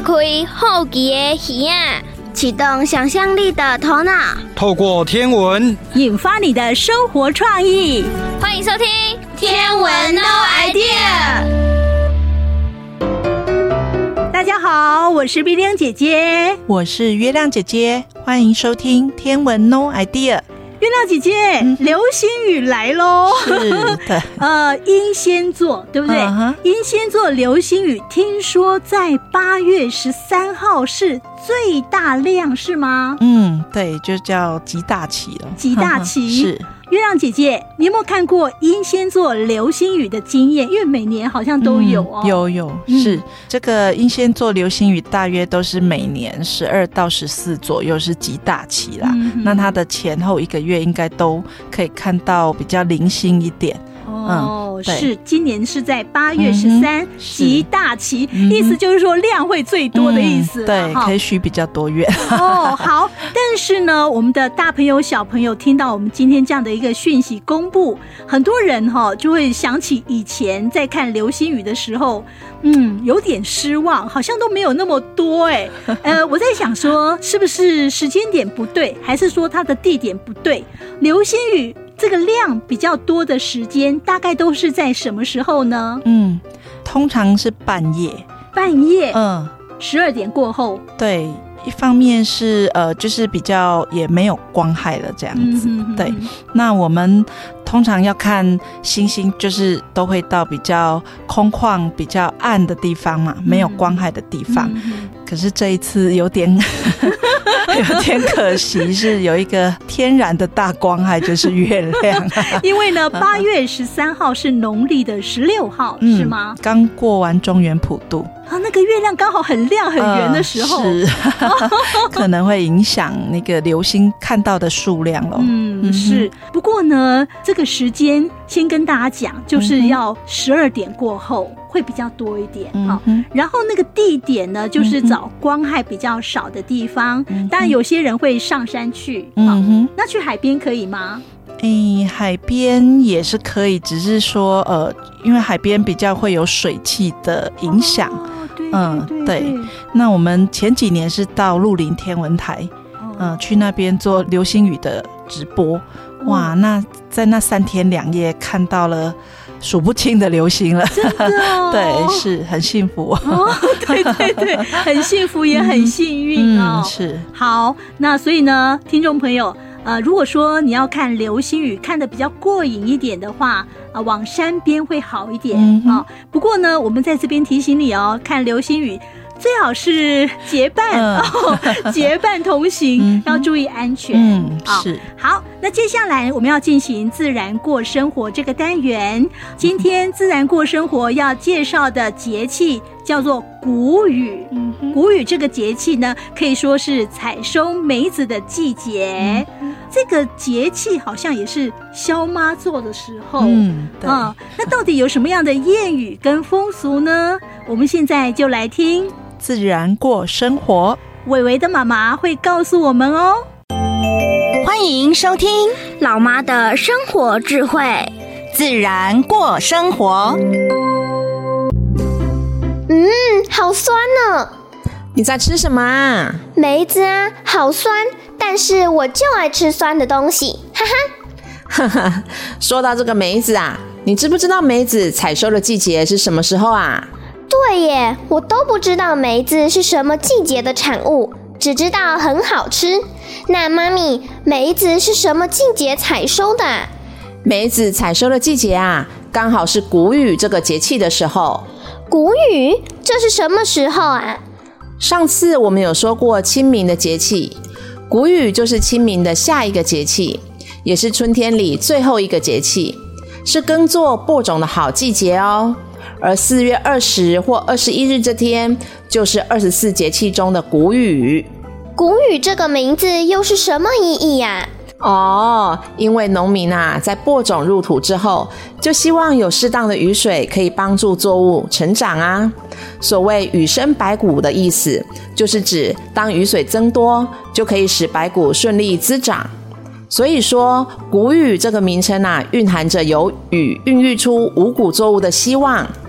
开好奇的耳啊，启动想象力的头脑， 透过天文引发你的生活创意。 欢迎收听天文 No Idea。 大家好，我是碧玲姐姐， 我是月亮姐姐，欢迎收听天文 No Idea。 月亮姐姐，流星雨来咯。 是的， 英仙座对不对？英仙座流星雨听说在8月13号是最大量，是吗？ 对，就叫极大期了。 极大期是。 月亮姐姐，你有没有看过英仙座流星雨的经验？因为每年好像都有哦。 有，是这个英仙座流星雨大约都是每年12到14左右是极大期啦。那它的前后1个月应该都可以看到比较零星一点。 是今年是在8月13极大期，意思就是说量会最多的意思。 对，可以许比较多愿。 好，但是呢，我们的大朋友小朋友听到我们今天这样的一个讯息公布，很多人就会想起以前在看流星雨的时候，有点失望，好像都没有那么多我在想说，是不是时间点不对，还是说它的地点不对？流星雨这个量比较多的时间大概都是在什么时候呢？ 通常是半夜 12点过后。 对，一方面是就是比较也没有光害了这样子。对，那我们通常要看星星，就是都会到比较空旷比较暗的地方嘛，没有光害的地方。可是这一次有点可惜，是有一个天然的大光害，就是月亮。 因为呢8月13号是农历的16号，是吗？ 刚过完中元普渡那个月亮刚好很亮很圆的时候， 是可能会影响那个流星看到的数量咯。 是。不过呢，这个时间先跟大家讲，就是要12点过后会比较多一点。然后那个地点呢，就是找光害比较少的地方。当然有些人会上山去。那去海边可以吗？ 海边也是可以，只是说因为海边比较会有水汽的影响。对。那我们前几年是到鹿林天文台，去那边做流星雨的直播。哇，那在那3天2夜看到了数不清的流星了。 真的对，是很幸福。 对，很幸福也很幸运是。 好，那所以呢，听众朋友，如果说你要看流星雨看得比较过瘾一点的话，往山边会好一点。不过呢，我们在这边提醒你看流星雨最好是结伴，结伴同行，要注意安全。 是。 好，那接下来我们要进行自然过生活这个单元。今天自然过生活要介绍的节气叫做谷雨。谷雨这个节气呢，可以说是采收梅子的季节。这个节气好像也是萧妈做的时候。 对。 那到底有什么样的谚语跟风俗呢？我们现在就来听自然过生活， 伟伟的妈妈会告诉我们哦。 欢迎收听老妈的生活智慧， 自然过生活。 好酸呢。 你在吃什么啊？ 梅子啊，好酸，但是我就爱吃酸的东西，哈哈。 说到这个梅子啊，你知不知道梅子采收的季节是什么时候啊？ 对耶，我都不知道梅子是什么季节的产物，只知道很好吃。那妈咪，梅子是什么季节采收的？ 梅子采收的季节啊，刚好是谷雨这个节气的时候。 谷雨？这是什么时候啊？ 上次我们有说过清明的节气，谷雨就是清明的下一个节气，也是春天里最后一个节气，是耕作播种的好季节哦。而4月20或21日这天，就是24节气中的谷雨。 谷雨这个名字又是什么意义呀？ 因为农民在播种入土之后，就希望有适当的雨水可以帮助作物成长啊。所谓雨生百谷的意思，就是指当雨水增多，就可以使百谷顺利滋长。所以说谷雨这个名称蕴含着有雨孕育出五谷作物的希望。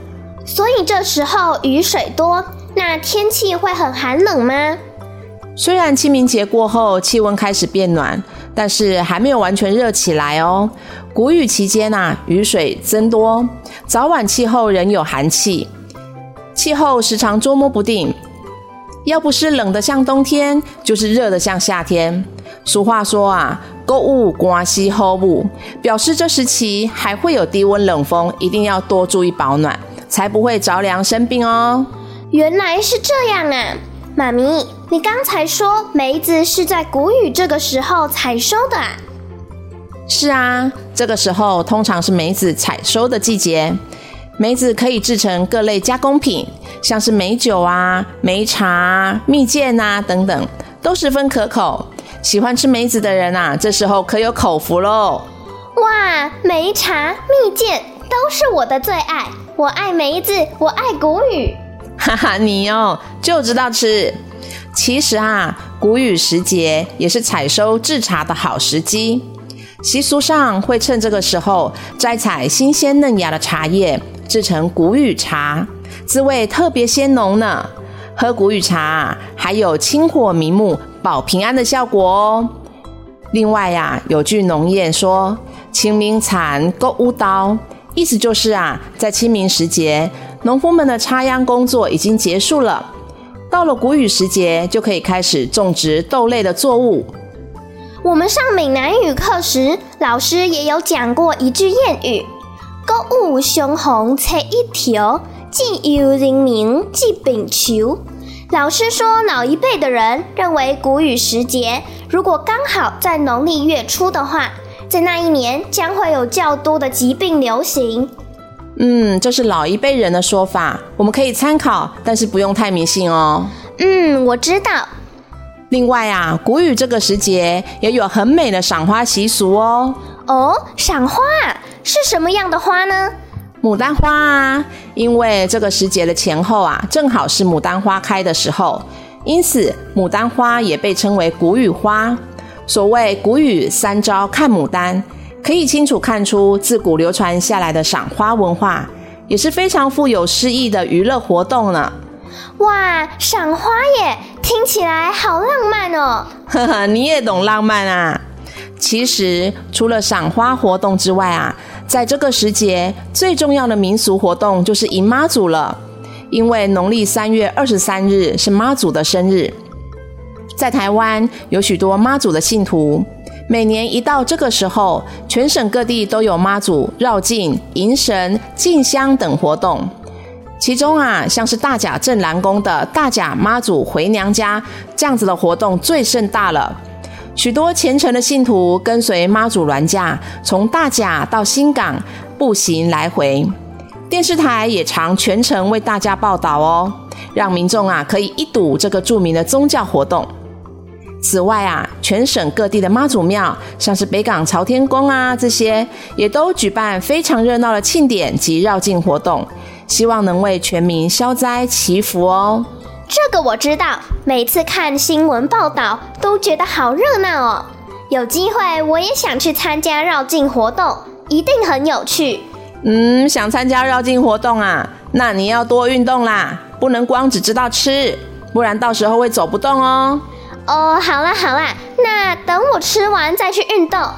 所以这时候雨水多，那天气会很寒冷吗？ 虽然清明节过后气温开始变暖，但是还没有完全热起来哦。谷雨期间雨水增多，早晚气候仍有寒气，气候时常捉摸不定，要不是冷得像冬天，就是热得像夏天。俗话说购物关系后物，表示这时期还会有低温冷风，一定要多注意保暖，才不会着凉生病哦。 原来是这样啊，妈咪，你刚才说梅子是在谷雨这个时候采收的啊？ 是啊，这个时候通常是梅子采收的季节。梅子可以制成各类加工品，像是梅酒梅茶蜜饯等等，都十分可口。喜欢吃梅子的人这时候可有口福咯。 哇，梅茶蜜饯都是我的最爱，我爱梅子，我爱谷雨。 哈哈，你就知道吃。其实谷雨时节也是采收制茶的好时机，习俗上会趁这个时候摘采新鲜嫩芽的茶叶，制成谷雨茶，滋味特别鲜浓呢。喝谷雨茶还有清火明目保平安的效果哦。另外有句农谚说清明田谷雨到，意思就是在清明时节，农夫们的插秧工作已经结束了，到了谷雨时节就可以开始种植豆类的作物。 我们上闽南语课时，老师也有讲过一句谚语：谷雨相逢采一条，既有人民既秉求。老师说，老一辈的人认为谷雨时节，如果刚好在农历月初的话，在那一年将会有较多的疾病流行。 这是老一辈人的说法，我们可以参考，但是不用太迷信哦。 我知道。 另外谷雨这个时节也有很美的赏花习俗哦。 赏花是什么样的花呢？ 牡丹花因为这个时节的前后正好是牡丹花开的时候，因此牡丹花也被称为谷雨花。所谓谷雨3朝看牡丹，可以清楚看出自古流传下来的赏花文化，也是非常富有诗意的娱乐活动呢。 哇，赏花耶，听起来好浪漫哦。 呵呵，你也懂浪漫其实除了赏花活动之外在这个时节最重要的民俗活动就是迎妈祖了。因为农历3月23日是妈祖的生日，在台湾有许多妈祖的信徒，每年一到这个时候，全省各地都有妈祖绕境、迎神、进香等活动。其中像是大甲镇澜宫的大甲妈祖回娘家这样子的活动最盛大了。许多虔诚的信徒跟随妈祖銮驾，从大甲到新港步行来回。电视台也常全程为大家报道哦，让民众可以一睹这个著名的宗教活动。此外全省各地的妈祖庙，像是北港朝天宫这些，也都举办非常热闹的庆典及绕境活动，希望能为全民消灾祈福哦。 这个我知道，每次看新闻报道都觉得好热闹哦。有机会我也想去参加绕境活动，一定很有趣。 想参加绕境活动那你要多运动啦，不能光只知道吃，不然到时候会走不动哦。 好啦，那等我吃完再去运动。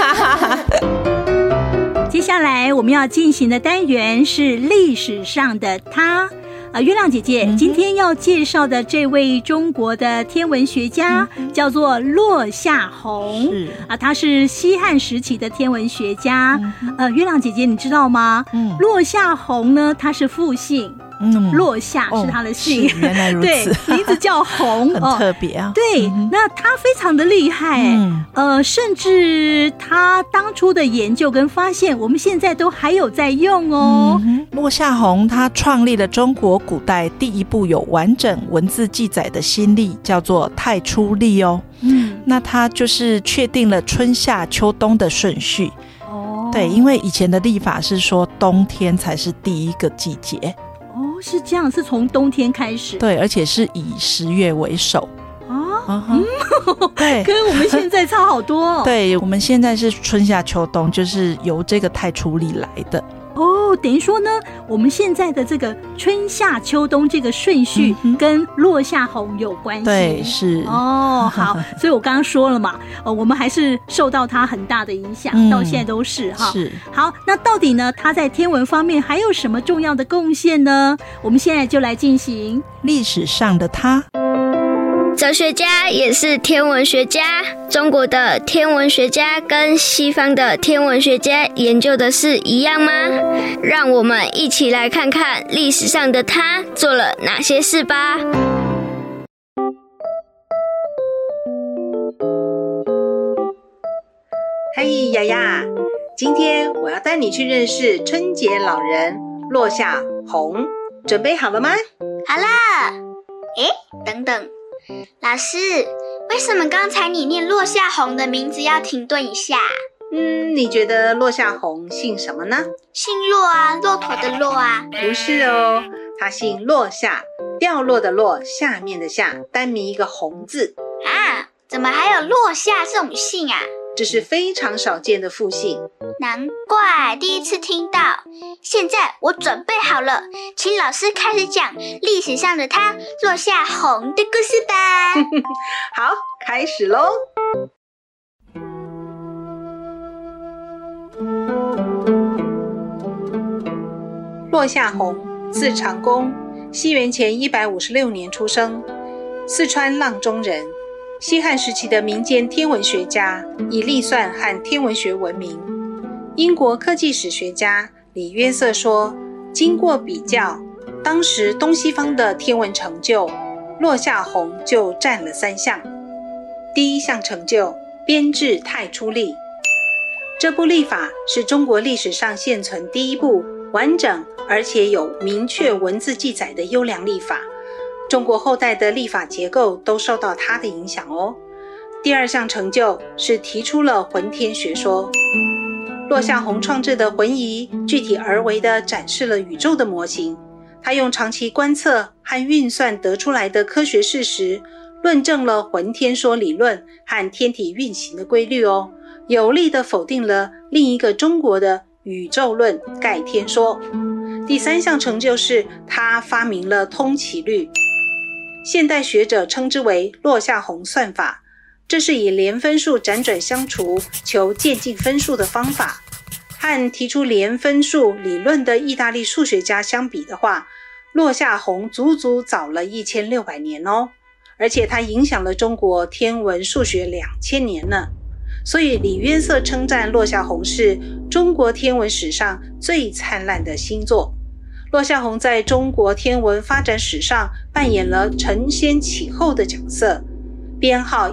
接下来我们要进行的单元是历史上的他。月亮姐姐，今天要介绍的这位中国的天文学家叫做骆夏鸿，他是西汉时期的天文学家。月亮姐姐你知道吗？骆夏鸿呢，他是复姓。骆夏是他的姓， 原来如此。 对，名字叫鸿， 很特别对，那他非常的厉害，甚至他当初的研究跟发现，我们现在都还有在用哦。 骆夏鸿他创立了中国古代第一部有完整文字记载的新历，叫做太初历哦。那他就是确定了春夏秋冬的顺序。对，因为以前的历法是说冬天才是第一个季节。 是这样，是从冬天开始。 对，而且是以10月为首。对， 跟我们现在差好多。 对，我们现在是春夏秋冬，就是由这个太初历来的。 等于说呢，我们现在的这个春夏秋冬这个顺序跟落下红有关系。 对，是好，所以我刚刚说了嘛，我们还是受到它很大的影响，到现在都是哈。 是。 好，那到底呢，它在天文方面还有什么重要的贡献呢？我们现在就来进行历史上的它。 哲学家也是天文学家。中国的天文学家跟西方的天文学家研究的是一样吗？让我们一起来看看历史上的他做了哪些事吧。 嘿，雅雅，今天我要带你去认识春节老人落下红，准备好了吗？ 好了。等等，老师，为什么刚才你念落下红的名字要停顿一下？ 你觉得落下红姓什么呢？ 姓骆啊，骆驼的骆啊。 不是哦，他姓落下，掉落的落，下面的下，单名一个红字。 啊，怎么还有落下这种姓啊？ 这是非常少见的复姓， 难怪第一次听到。现在我准备好了，请老师开始讲历史上的他落下红的故事吧。 好，开始咯。落下红，字长公，西元前156年出生，四川阆中人。西汉时期的民间天文学家，以历算和天文学闻名。英国科技史学家李约瑟说，经过比较，当时东西方的天文成就，落下红就占了3项。第一项成就，编制太初历。这部历法是中国历史上现存第一部完整而且有明确文字记载的优良历法。中国后代的历法结构都受到它的影响哦。第二项成就是提出了浑天学说。落下红创制的浑仪具体而微地展示了宇宙的模型，他用长期观测和运算得出来的科学事实，论证了浑天说理论和天体运行的规律哦，有力地否定了另一个中国的宇宙论盖天说。第三项成就是他发明了通奇律，现代学者称之为落下红算法，这是以连分数辗转相除求渐进分数的方法。和提出连分数理论的意大利数学家相比的话，落下红足足早了1600年哦，而且它影响了中国天文数学2000年呢。所以李约瑟称赞落下红是中国天文史上最灿烂的星座。落下红在中国天文发展史上扮演了承先启后的角色，编号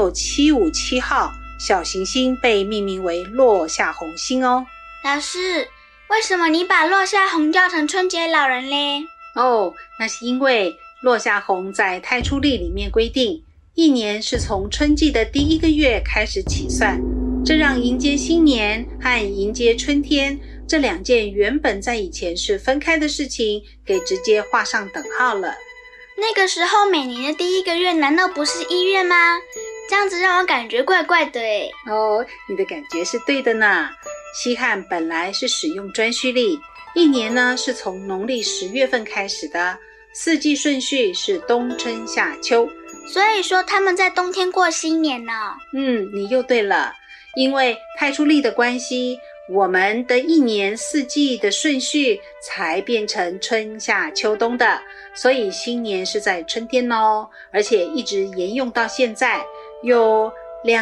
16757号小行星被命名为落下红星哦。 老师，为什么你把落下红叫成春节老人嘞？ 那是因为落下红在太初历里面规定，一年是从春季的第1个月开始起算，这让迎接新年和迎接春天这2件原本在以前是分开的事情给直接画上等号了。 那个时候每年的第1个月难道不是1月吗？这样子让我感觉怪怪的耶。 你的感觉是对的呢。西汉本来是使用颛顼历，一年呢是从农历10月份开始的，4季顺序是冬春夏秋。 所以说他们在冬天过新年呢。 你又对了，因为太初历的关系，我们的一年4季的顺序才变成春夏秋冬的，所以新年是在春天哦，而且一直沿用到现在，有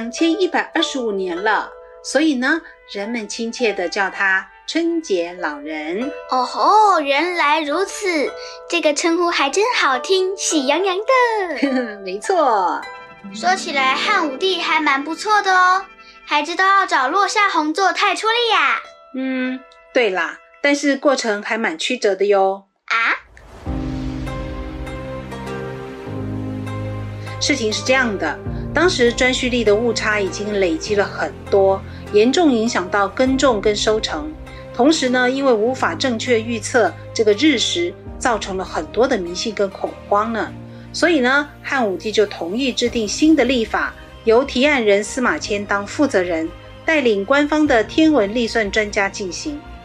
2125年了。所以呢，人们亲切地叫他春节老人。 原来如此，这个称呼还真好听，喜洋洋的。 没错。 说起来汉武帝还蛮不错的哦，还知道要找落下红做太初历呀。 对啦，但是过程还蛮曲折的哟。事情是这样的，当时颛顼历的误差已经累积了很多，严重影响到耕种跟收成。同时呢，因为无法正确预测这个日食，造成了很多的迷信跟恐慌呢。所以呢，汉武帝就同意制定新的历法，由提案人司马迁当负责人，带领官方的天文历算专家进行。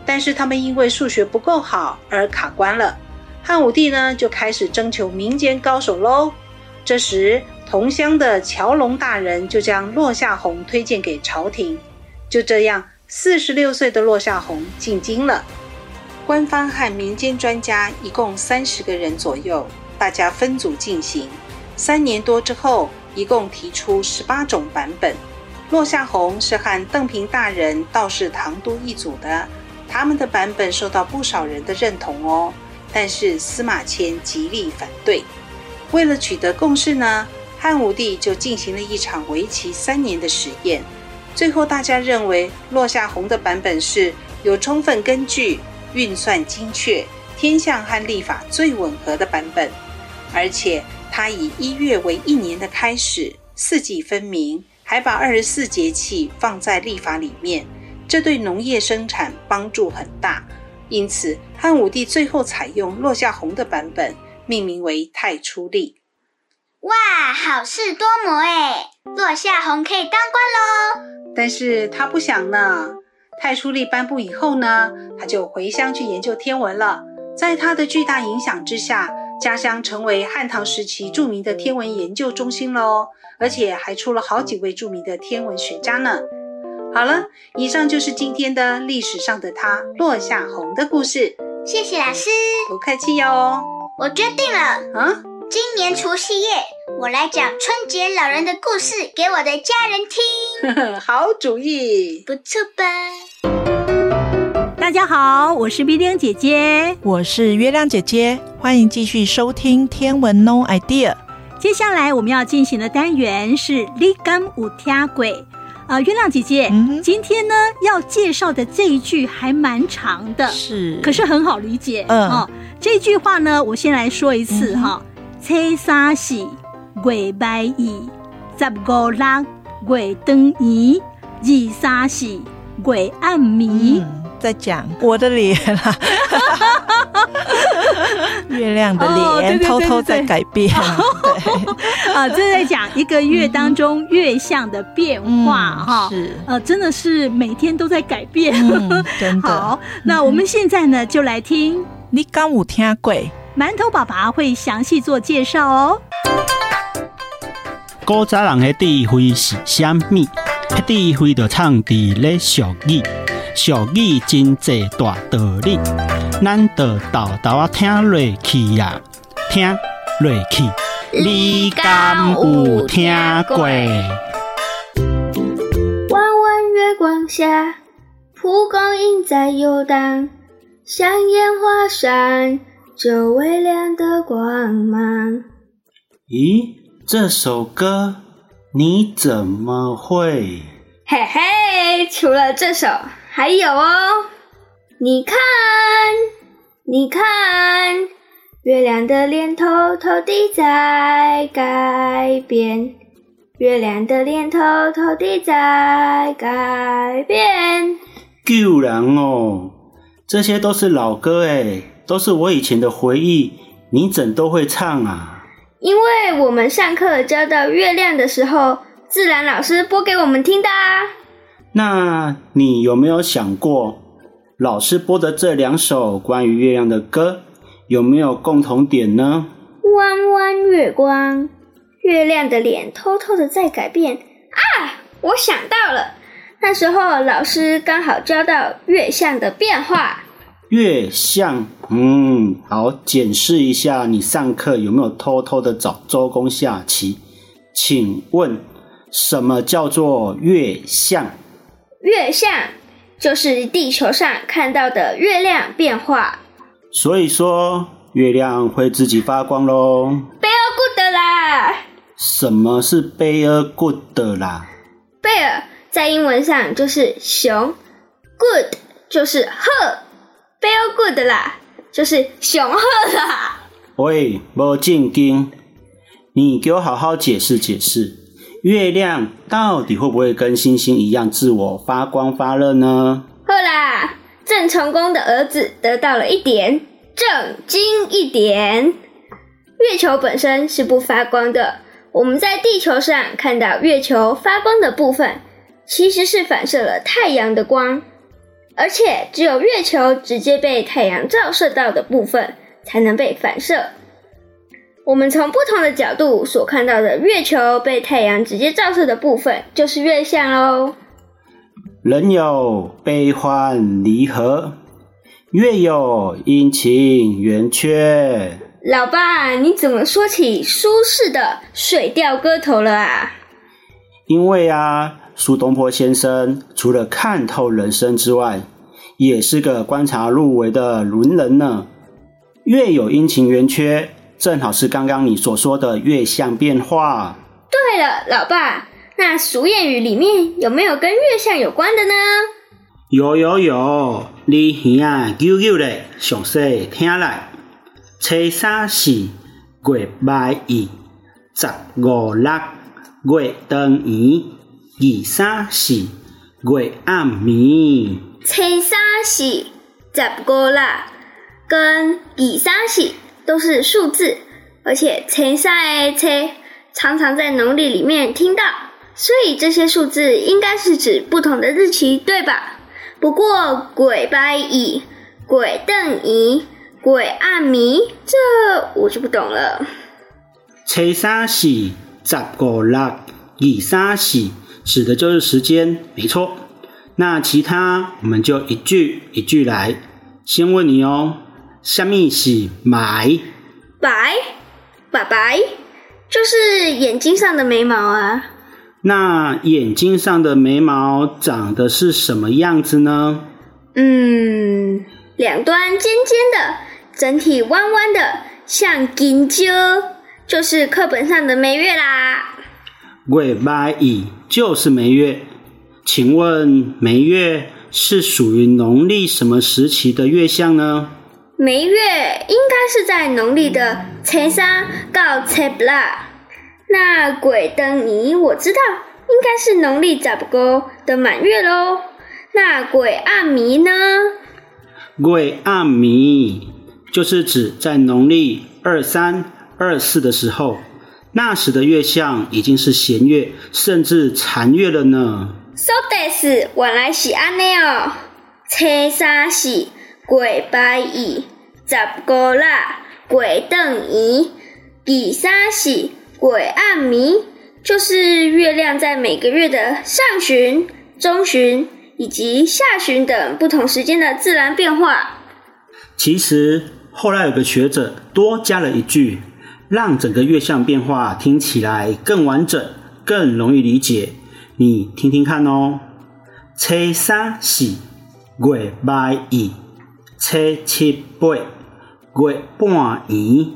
但是他们因为数学不够好而卡关了。汉武帝呢，就开始征求民间高手咯。这时同乡的乔龙大人就将落下闳推荐给朝廷，就这样46岁的落下闳进京了。官方和民间专家一共30个人左右，大家分组进行。3年多之后，一共提出18种版本。落下闳是和邓平大人、道士唐都一组的，他们的版本受到不少人的认同哦。但是司马迁极力反对。为了取得共识呢，汉武帝就进行了一场为期3年的实验。最后大家认为落下闳的版本是有充分根据、运算精确、天象和历法最吻合的版本，而且它以1月为1年的开始，4季分明，还把24节气放在历法里面，这对农业生产帮助很大。因此汉武帝最后采用落下闳的版本，命名为太初历。 哇，好事多磨耶，落下闳可以当官咯。 但是他不想呢。太初历颁布以后呢，他就回乡去研究天文了。在他的巨大影响之下，家乡成为汉唐时期著名的天文研究中心咯，而且还出了好几位著名的天文学家呢。好了，以上就是今天的历史上的他落下闳的故事。 谢谢老师。 不客气哟。 我决定了，今年除夕夜我来讲春节老人的故事给我的家人听。 好主意， 不错吧？ 大家好，我是碧玲姐姐， 我是月亮姐姐，欢迎继续收听天文 No Idea。 接下来我们要进行的单元是你敢有听过？月亮姐姐，今天呢要介绍的这一句还蛮长的，可是很好理解。这句话呢，我先来说一次哈。初三是月白二，15、6月长圆，23是月暗暝。 在讲我的脸啦，月亮的脸偷偷在改变。 这在讲一个月当中月相的变化哈。 是真的是每天都在改变。 真的。 好，那我们现在呢就来听你敢有听过？ 馒头爸爸会详细做介绍哦。 古早人的智慧是啥物？迄智慧就藏伫咧俗语。俗语真济大道理，咱就豆豆啊听落去呀，听落去。你敢有听过？ 弯弯月光下，蒲公英在游荡，像烟花闪着微亮的光芒。 咦，这首歌你怎么会？ 嘿嘿，除了这首还有哦，你看，你看，月亮的脸偷偷地在改变，月亮的脸偷偷地在改变。 救人哦，这些都是老歌诶，都是我以前的回忆，你怎都会唱啊？ 因为我们上课教到月亮的时候，自然老师播给我们听的啊。 那你有没有想过，老师播的这2首关于月亮的歌，有没有共同点呢？ 弯弯月光，月亮的脸偷偷的在改变啊！我想到了，那时候老师刚好教到月相的变化。 月相，好，检视一下你上课有没有偷偷的找周公下棋。请问，什么叫做月相？ 月相就是地球上看到的月亮变化。 所以说，月亮会自己发光咯。 Bear good 啦！什么是 Bear good 啦 ？Bear 在英文上就是熊 ，Good 就是鹤 ，Bear good 啦，就是熊鹤啦。 喂，没正经，你给我好好解释解释。月亮到底会不会跟星星一样自我发光发热呢？ 好啦，郑成功的儿子得到了1点，正经一点。月球本身是不发光的，我们在地球上看到月球发光的部分，其实是反射了太阳的光。 而且只有月球直接被太阳照射到的部分才能被反射。我们从不同的角度所看到的月球被太阳直接照射的部分就是月相咯。 人有悲欢离合，月有阴晴圆缺。 老爸，你怎么说起苏轼的《水调歌头》了啊？ 因为苏东坡先生除了看透人生之外，也是个观察入微的文人呢。月有阴晴圆缺，正好是刚刚你所说的月相变化。 对了，老爸，那俗谚语里面有没有跟月相有关的呢？ 有，你耳久久咧，详细听来。初三是月楳二，15、6月长圆，23是月暗暝。 初三是15、6跟23是都是数字，而且初三的初常常在农历里面听到，所以这些数字应该是指不同的日期，对吧？不过月楳二、月长圆、月暗暝，这我就不懂了。 初三是15、6、23是指的就是时间，没错。那其他我们就一句一句来。先问你哦，什么是白？白就是眼睛上的眉毛啊。那眼睛上的眉毛长得是什么样子呢？ 两端尖尖的，整体弯弯的，像金蕉，就是课本上的眉月啦。 月楳二就是眉月，请问眉月是属于农历什么时期的月相呢？ 眉月应该是在农历的初三到初8，那月长圆我知道应该是农历15的满月咯。那月暗暝呢？ 月暗暝就是指在农历23、24的时候，那时的月相已经是弦月甚至残月了呢。 So this 原来是这样哦。初三是月楳二，15、6月长圆，23是月暗暝，就是月亮在每个月的上旬、中旬以及下旬等不同时间的自然变化。 其实后来有个学者多加了一句，让整个月相变化听起来更完整，更容易理解。你听听看哦。初三是月楳二，初7、8月半圆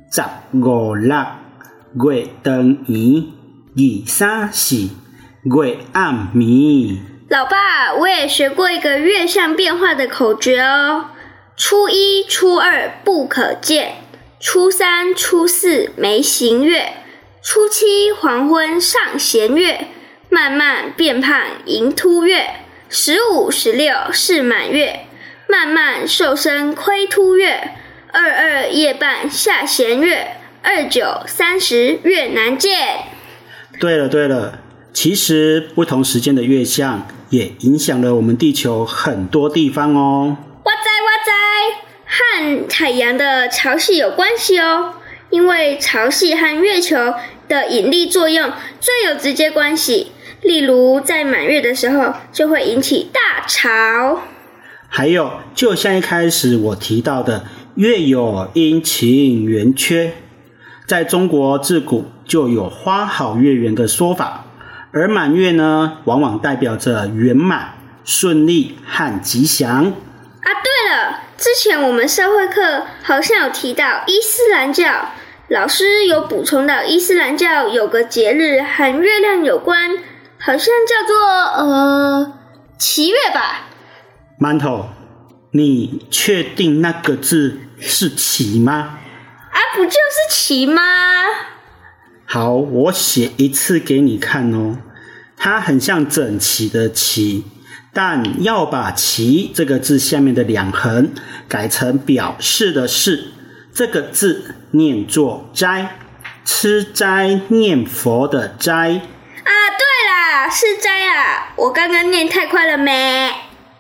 ，15、6月长圆，23是月暗暝。 老爸，我也学过一个月相变化的口诀哦。初一、初二不可见，初三、初4没行月，初7黄昏上弦月，慢慢变胖迎凸月，15、16是满月，慢慢瘦身亏凸月，22夜半下弦月，29、30月难见。 对了，其实不同时间的月相也影响了我们地球很多地方哦。 我知，和太阳的潮汐有关系哦，因为潮汐和月球的引力作用最有直接关系。例如在满月的时候就会引起大潮。 还有就像一开始我提到的月有阴晴圆缺，在中国自古就有花好月圆的说法，而满月呢往往代表着圆满、顺利和吉祥。 对了，之前我们社会课好像有提到伊斯兰教，老师有补充到伊斯兰教有个节日和月亮有关，好像叫做祈月吧。 馒头，你确定那个字是祈吗？ 不就是祈吗？ 好，我写一次给你看哦。它很像整齐的齐，但要把齐这个字下面的2横改成表示的示，这个字念作斋，吃斋念佛的斋。 对啦，是斋啦，我刚刚念太快了没？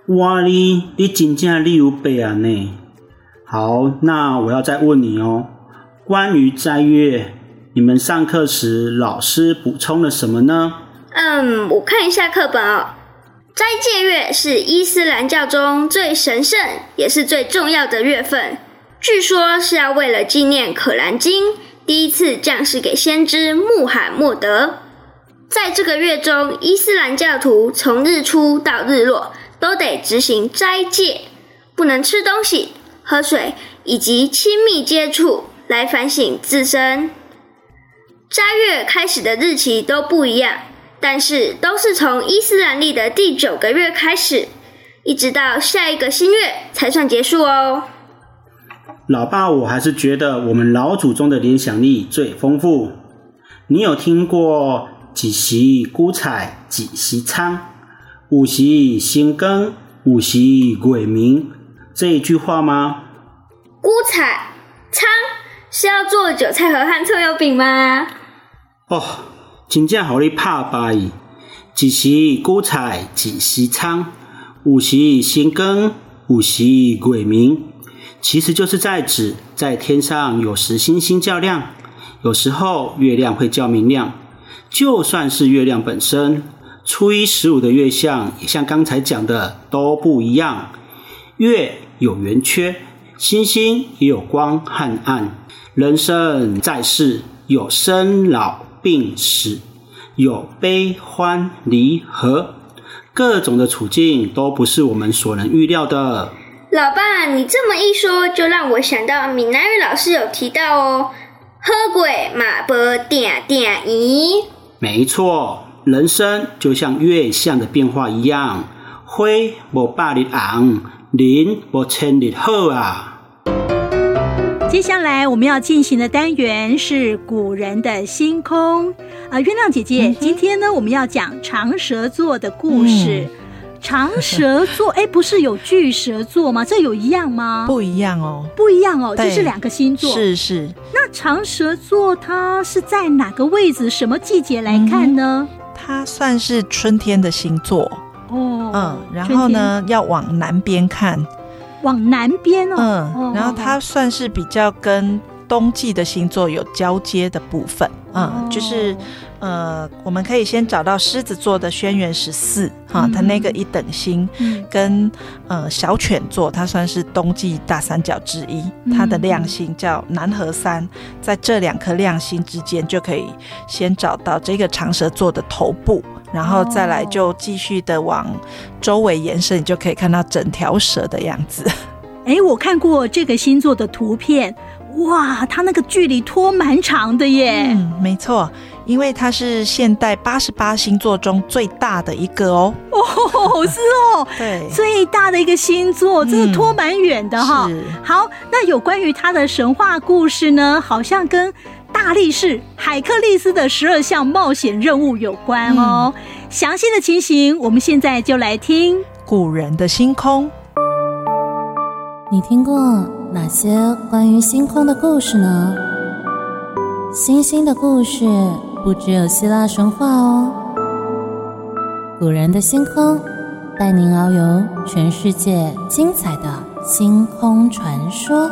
哇哩，你真正你有背啊呢？好，那我要再问你哦，关于斋月，你们上课时老师补充了什么呢？ 我看一下课本哦。斋戒月是伊斯兰教中最神圣也是最重要的月份，据说是要为了纪念可兰经第一次降世给先知穆罕默德。在这个月中，伊斯兰教徒从日出到日落都得执行斋戒，不能吃东西、喝水以及亲密接触，来反省自身。斋月开始的日期都不一样，但是都是从伊斯兰历的第9个月开始，一直到下一个新月才算结束哦。 老爸，我还是觉得我们老祖宗的联想力最丰富。你有听过几时韭菜几时仓，有时新耕，有时月明这一句话吗？ 菇菜仓是要做韭菜盒和葱油饼吗？ 哦，真正互你拍败，一时韭菜一时仓，有时新耕，有时月明，其实就是在指在天上有时星星较亮，有时候月亮会较明亮。就算是月亮本身，初一15的月相也像刚才讲的都不一样。月有圆缺，星星也有光和暗。人生在世，有生老病死，有悲欢离合，各种的处境都不是我们所能预料的。 老爸，你这么一说，就让我想到闽南语老师有提到哦，好过嘛无定定圆。 没错，人生就像月相的变化一样，花无百日红，人无千日好啊。 接下来我们要进行的单元是古人的星空。月亮姐姐，今天呢我们要讲长蛇座的故事。长蛇座，不是有巨蛇座吗？这有一样吗？ 不一样哦， 不一样哦，这是2个星座。 是。 那长蛇座它是在哪个位置？什么季节来看呢？ 它算是春天的星座哦。然后呢，要往南边看。 往南边哦。 然后它算是比较跟冬季的星座有交接的部分。就是我们可以先找到狮子座的轩辕14它那个一等星，跟小犬座它算是冬季大三角之一，它的亮星叫南河3，在这2颗亮星之间就可以先找到这个长蛇座的头部，然后再来就继续的往周围延伸，你就可以看到整条蛇的样子。 我看过这个星座的图片，哇，它那个距离拖蛮长的耶。 没错，因为它是现代88星座中最大的一个哦。 是哦， 对， 最大的一个星座，真的拖蛮远的哈。好，那有关于它的神话故事呢，好像跟大力士海克力斯的12项冒险任务有关哦。详细的情形，我们现在就来听古人的星空。 你听过哪些关于星空的故事呢？星星的故事不只有希腊神话哦。古人的星空，带您遨游全世界精彩的星空传说。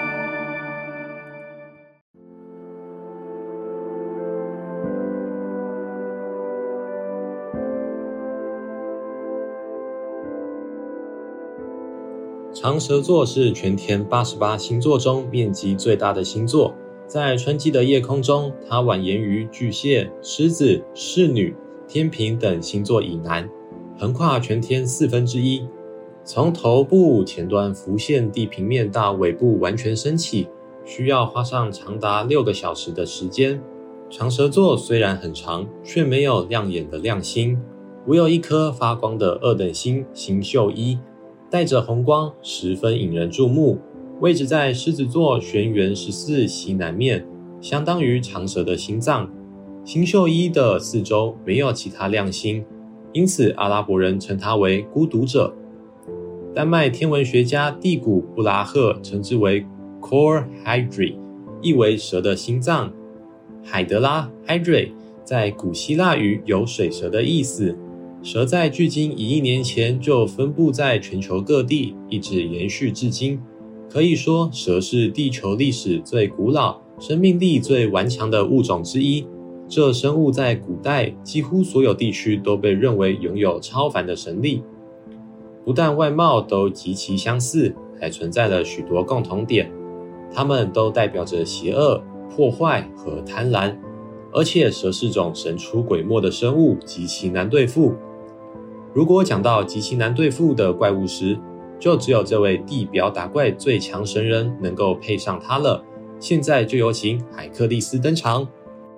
长蛇座是全天88星座中面积最大的星座，在春季的夜空中，它蜿蜒于巨蟹、狮子、侍女、天平等星座以南，横跨全天1/4。从头部前端浮现地平面到尾部完全升起，需要花上长达6个小时的时间。长蛇座虽然很长，却没有亮眼的亮星，唯有一颗发光的2等星星宿一，带着红光，十分引人注目，位置在狮子座轩辕14西南面，相当于长蛇的心脏。星宿一的四周没有其他亮星，因此阿拉伯人称它为孤独者。丹麦天文学家蒂古布拉赫称之为 Cor Hydri， 意为蛇的心脏。海德拉 Hydri 在古希腊语有水蛇的意思， 蛇在距今1亿年前就分布在全球各地，一直延续至今。可以说，蛇是地球历史最古老、生命力最顽强的物种之一。这生物在古代几乎所有地区都被认为拥有超凡的神力，不但外貌都极其相似，还存在了许多共同点。它们都代表着邪恶、破坏和贪婪，而且蛇是种神出鬼没的生物，极其难对付。如果讲到极其难对付的怪物时，就只有这位地表打怪最强神人能够配上它了。现在就有请海克力斯登场。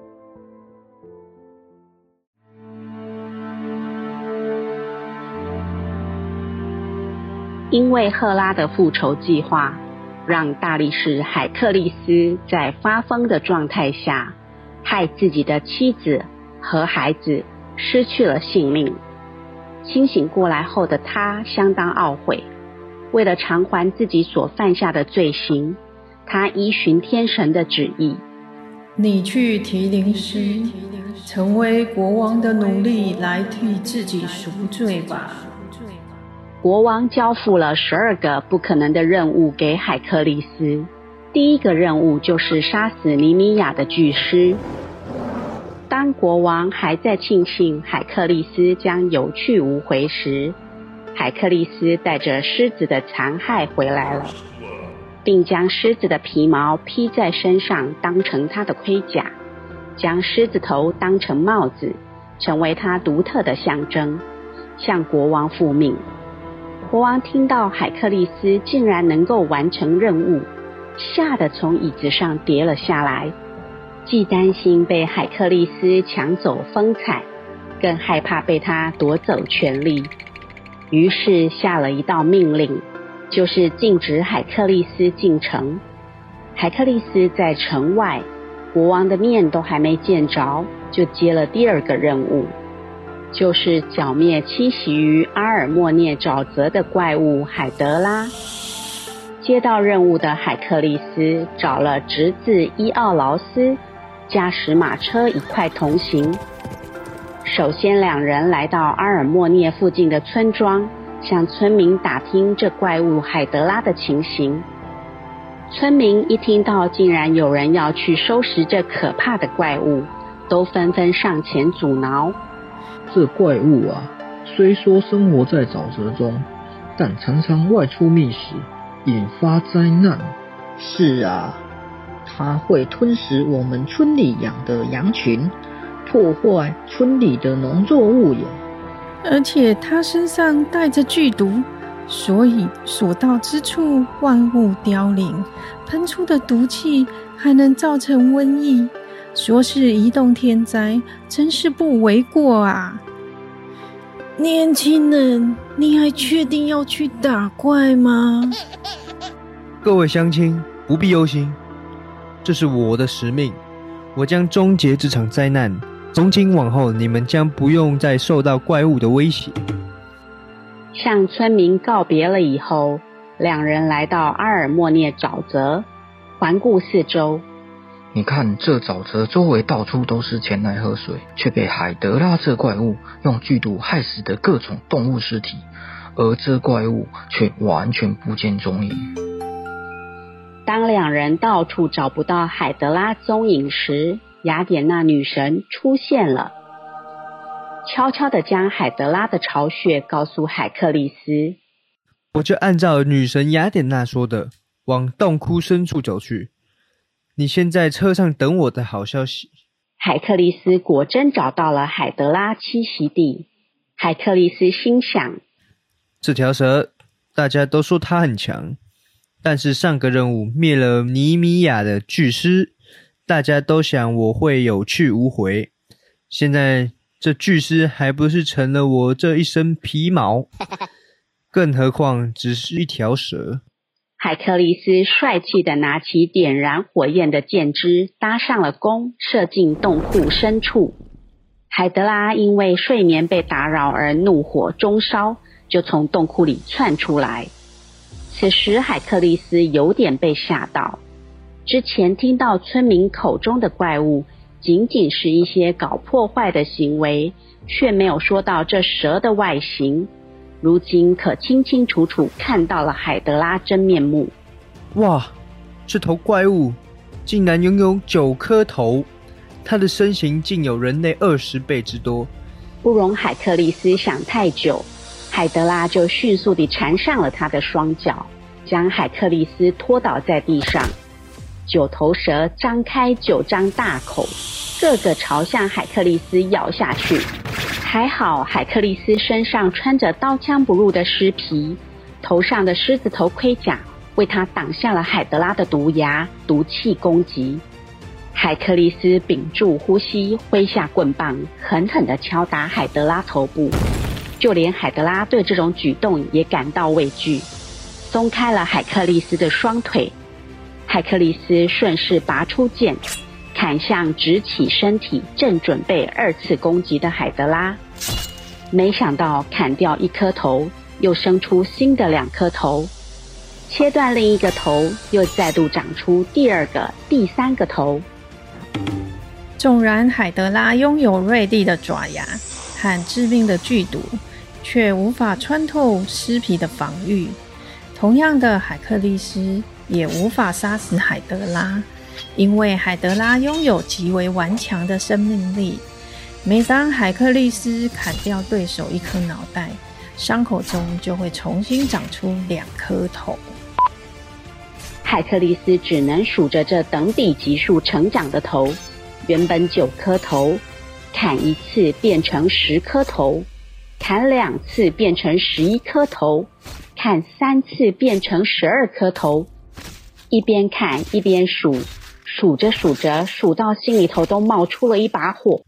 因为赫拉的复仇计划，让大力士海克力斯在发疯的状态下，害自己的妻子和孩子失去了性命。清醒过来后的他相当懊悔，为了偿还自己所犯下的罪行，他依循天神的旨意， 你去提灵师，成为国王的奴隶来替自己赎罪吧。 国王交付了12个不可能的任务给海克力斯。第一个任务就是杀死尼米亚的巨狮。当国王还在庆幸海克力斯将有去无回时，海克力斯带着狮子的残骸回来了，并将狮子的皮毛披在身上当成他的盔甲，将狮子头当成帽子，成为他独特的象征，向国王复命。国王听到海克力斯竟然能够完成任务，吓得从椅子上跌了下来，既担心被海克力斯抢走风采，更害怕被他夺走权力，于是下了一道命令，就是禁止海克力斯进城。海克力斯在城外，国王的面都还没见着，就接了第二个任务，就是剿灭栖息于阿尔莫涅沼泽的怪物海德拉。接到任务的海克力斯找了侄子伊奥劳斯，驾驶马车一块同行。首先两人来到阿尔莫涅附近的村庄，向村民打听这怪物海德拉的情形。村民一听到竟然有人要去收拾这可怕的怪物，都纷纷上前阻挠。 这怪物啊，虽说生活在沼泽中，但常常外出觅食，引发灾难。 是啊，它会吞食我们村里养的羊群，破坏村里的农作物耶。 而且它身上带着剧毒，所以所到之处万物凋零，喷出的毒气还能造成瘟疫，说是移动天灾，真是不为过啊！年轻人，你还确定要去打怪吗？ 各位乡亲，不必忧心，这是我的使命，我将终结这场灾难。从今往后，你们将不用再受到怪物的威胁。 向村民告别了以后，两人来到阿尔莫涅沼泽，环顾四周。 你看，这沼泽周围到处都是前来喝水，却被海德拉这怪物用剧毒害死的各种动物尸体，而这怪物却完全不见踪影。 当两人到处找不到海德拉踪影时，雅典娜女神出现了，悄悄地将海德拉的巢穴告诉海克力斯。 我就按照女神雅典娜说的，往洞窟深处走去。你先在车上等我的好消息。 海克力斯果真找到了海德拉栖息地。海克力斯心想， 这条蛇大家都说它很强，但是上个任务灭了尼米亚的巨狮，大家都想我会有去无回，现在这巨狮还不是成了我这一身皮毛，更何况只是一条蛇。 海克力斯帅气地拿起点燃火焰的箭枝，搭上了弓，射进洞窟深处。海德拉因为睡眠被打扰而怒火中烧，就从洞窟里窜出来。此时海克力斯有点被吓到，之前听到村民口中的怪物仅仅是一些搞破坏的行为，却没有说到这蛇的外形。如今可清清楚楚看到了海德拉真面目。 哇，这头怪物竟然拥有9颗头，它的身形竟有人类20倍之多。 不容海克力斯想太久，海德拉就迅速地缠上了他的双脚，将海克力斯拖倒在地上。9头蛇张开9张大口，个个朝向海克力斯咬下去。还好海克力斯身上穿着刀枪不入的狮皮，头上的狮子头盔甲为他挡下了海德拉的毒牙、毒气攻击。海克力斯屏住呼吸，挥下棍棒，狠狠地敲打海德拉头部。就连海德拉对这种举动也感到畏惧，松开了海克力斯的双腿。海克力斯顺势拔出剑，砍向直起身体正准备2次攻击的海德拉。没想到砍掉1颗头，又生出新的2颗头，切断另一个头，又再度长出第2个、第3个头。 纵然海德拉拥有锐利的爪牙和致命的剧毒，却无法穿透狮皮的防御。同样的，海克力斯也无法杀死海德拉，因为海德拉拥有极为顽强的生命力。每当海克力斯砍掉对手1颗脑袋，伤口中就会重新长出2颗头。 海克力斯只能数着这等比级数成长的头，原本9颗头，砍1次变成10颗头，砍2次变成11颗头，砍3次变成12颗头。一边看一边数，数着数着，数到心里头都冒出了一把火。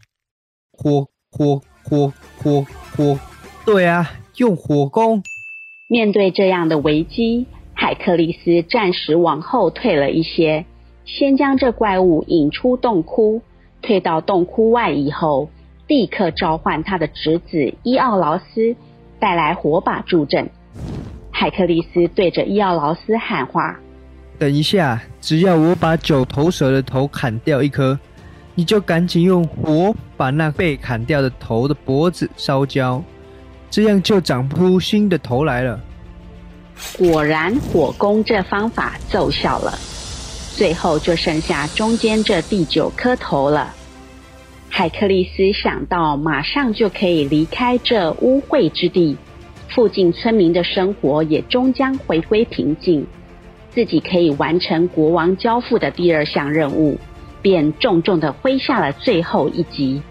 火，对啊，用火攻。 面对这样的危机，海克力斯暂时往后退了一些，先将这怪物引出洞窟。退到洞窟外以后，立刻召唤他的侄子伊奥劳斯，带来火把助阵。海克力斯对着伊奥劳斯喊话： 等一下，只要我把9头蛇的头砍掉1颗，你就赶紧用火把那被砍掉的头的脖子烧焦，这样就长出新的头来了。 果然火攻这方法奏效了，最后就剩下中间这第9颗头了。海克力斯想到马上就可以离开这污秽之地，附近村民的生活也终将回归平静，自己可以完成国王交付的第2项任务，便重重地挥下了最后一击。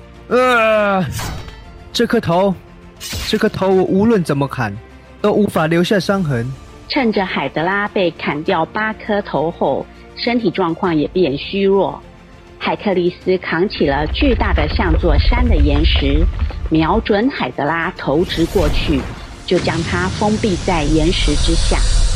这颗头我无论怎么砍都无法留下伤痕。 趁着海德拉被砍掉8颗头后，身体状况也变虚弱，海克力斯扛起了巨大的像座山的岩石，瞄准海德拉投掷过去，就将它封闭在岩石之下。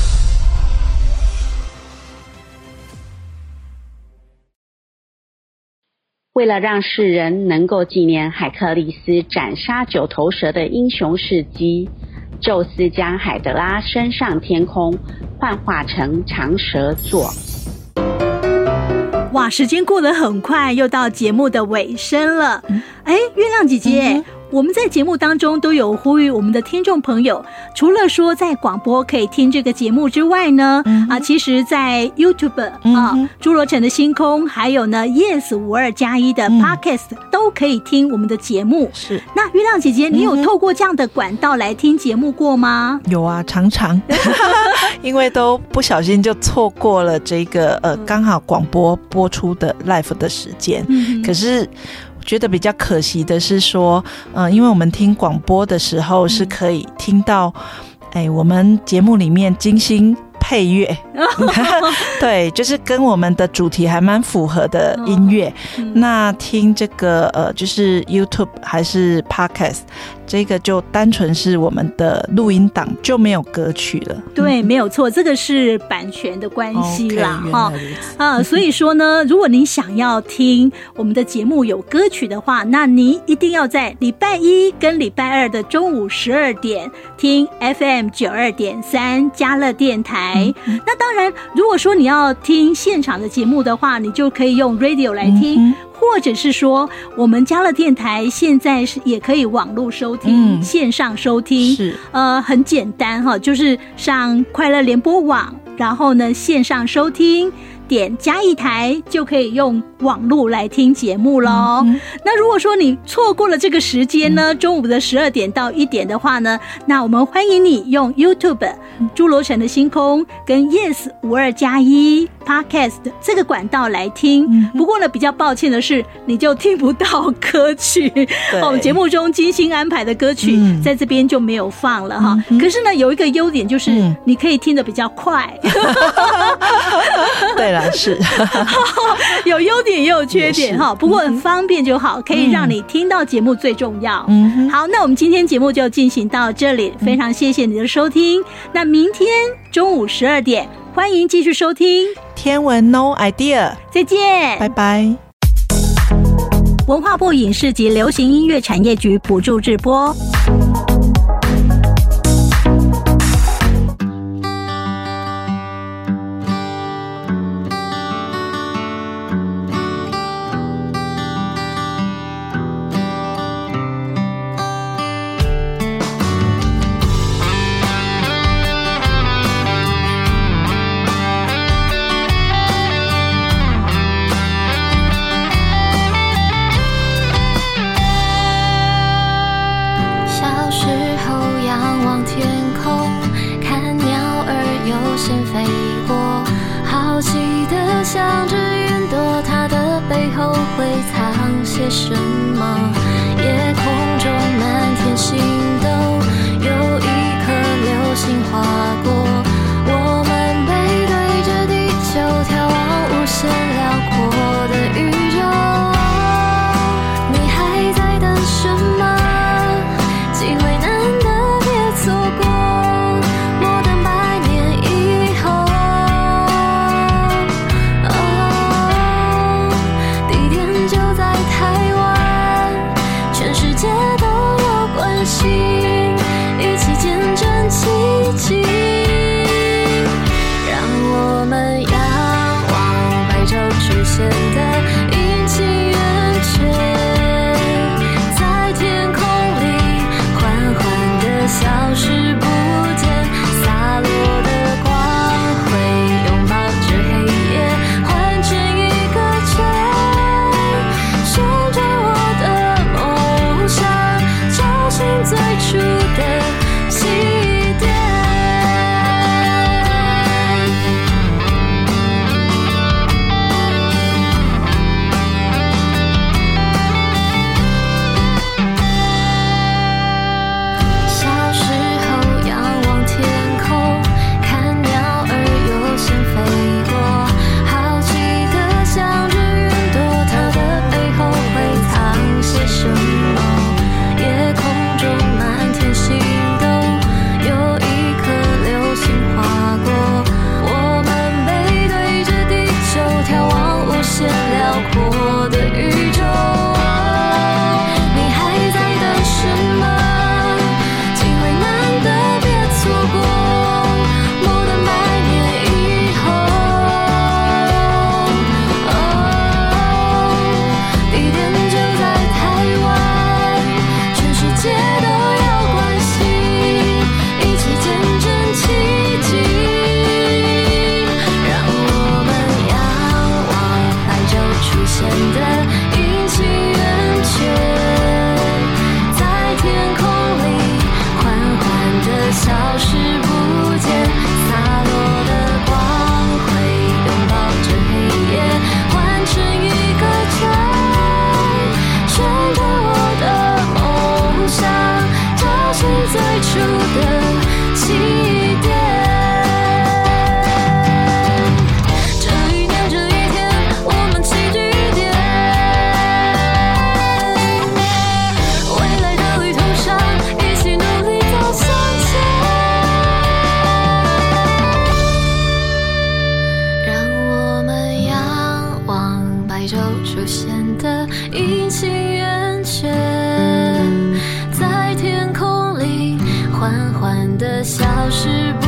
为了让世人能够纪念海克力斯斩杀9头蛇的英雄事迹，宙斯将海德拉升上天空，幻化成长蛇座。 哇，时间过得很快，又到节目的尾声了。月亮姐姐，我们在节目当中都有呼吁我们的听众朋友，除了说在广播可以听这个节目之外呢，其实在 YouTube 侏罗城的星空，还有呢 Yes52+1的 Podcast 都可以听我们的节目。 是， 那月亮姐姐，你有透过这样的管道来听节目过吗？ 有啊，常常因为都不小心就错过了这个刚好广播播出的 live 的时间。可是觉得比较可惜的是说，因为我们听广播的时候是可以听到，我们节目里面精心配乐对，就是跟我们的主题还蛮符合的音乐。那听这个就是 YouTube 还是 Podcast， 这个就单纯是我们的录音档，就没有歌曲了。 对，没有错，这个是版权的关系啦。所以说呢，如果你想要听我们的节目有歌曲的话，那你一定要在礼拜1跟礼拜2的中午12点听 FM 92.3嘉乐电台。那当然，如果说你要听现场的节目的话，你就可以用 radio 来听。或或者是说我们家乐电台现在也可以网络收听，线上收听， 是很简单哈，就是上快乐联播网，然后呢线上收听，点加一台就可以用网络来听节目咯。那如果说你错过了这个时间呢，中午的12点到1点的话呢，那我们欢迎你用 YouTube 朱罗城的星空跟 Yes 52+1 Podcast 这个管道来听。不过呢，比较抱歉的是，你就听不到歌曲，我们节目中精心安排的歌曲在这边就没有放了哈。可是呢，有一个优点就是你可以听得比较快。 对啦，是有优点也有缺点哈，不过很方便就好，可以让你听到节目最重要。好，那我们今天节目就进行到这里，非常谢谢你的收听。那明天中午12点，欢迎继续收听天文 No Idea， 再见， 拜拜。 文化部影视及流行音乐产业局补助直播。 向着云朵，它的背后会藏些什么？夜空中满天星斗，有一颗流星划过，我们背对着地球，眺望无限辽阔的宇宙。你还在等什么？机会难得，别错过。莫等百年以后。地点就在台湾，全世界都有关心，一起见证奇迹。让我们仰望白昼出现的阴晴圆缺，在天空里缓缓地消失不见，洒落的光辉拥抱着黑夜，换成一个圈，旋转我的梦想，找寻最初的起点。小时候仰望天空，看鸟儿悠闲飞过，好奇地想着云朵，它的背后会藏些什么？夜空中满天星斗，有一颗流星划过，我们背对着地球，眺望无限辽阔的宇宙。你还在等什么？机会难得，别错过。莫等百年以后。地点就在台湾，全世界都要关心，一起见证奇迹。让我们仰望白昼出现的阴晴圆缺，在天空里缓缓地消失不见，洒落的光辉拥抱着黑夜，换成一个圈，旋转我的梦想，找寻最初的起点。这一年这一天，我们齐聚一点，未来的旅途上，一起努力走向前。让我们仰望白昼出现的阴晴圆缺，在天空里缓缓地消失不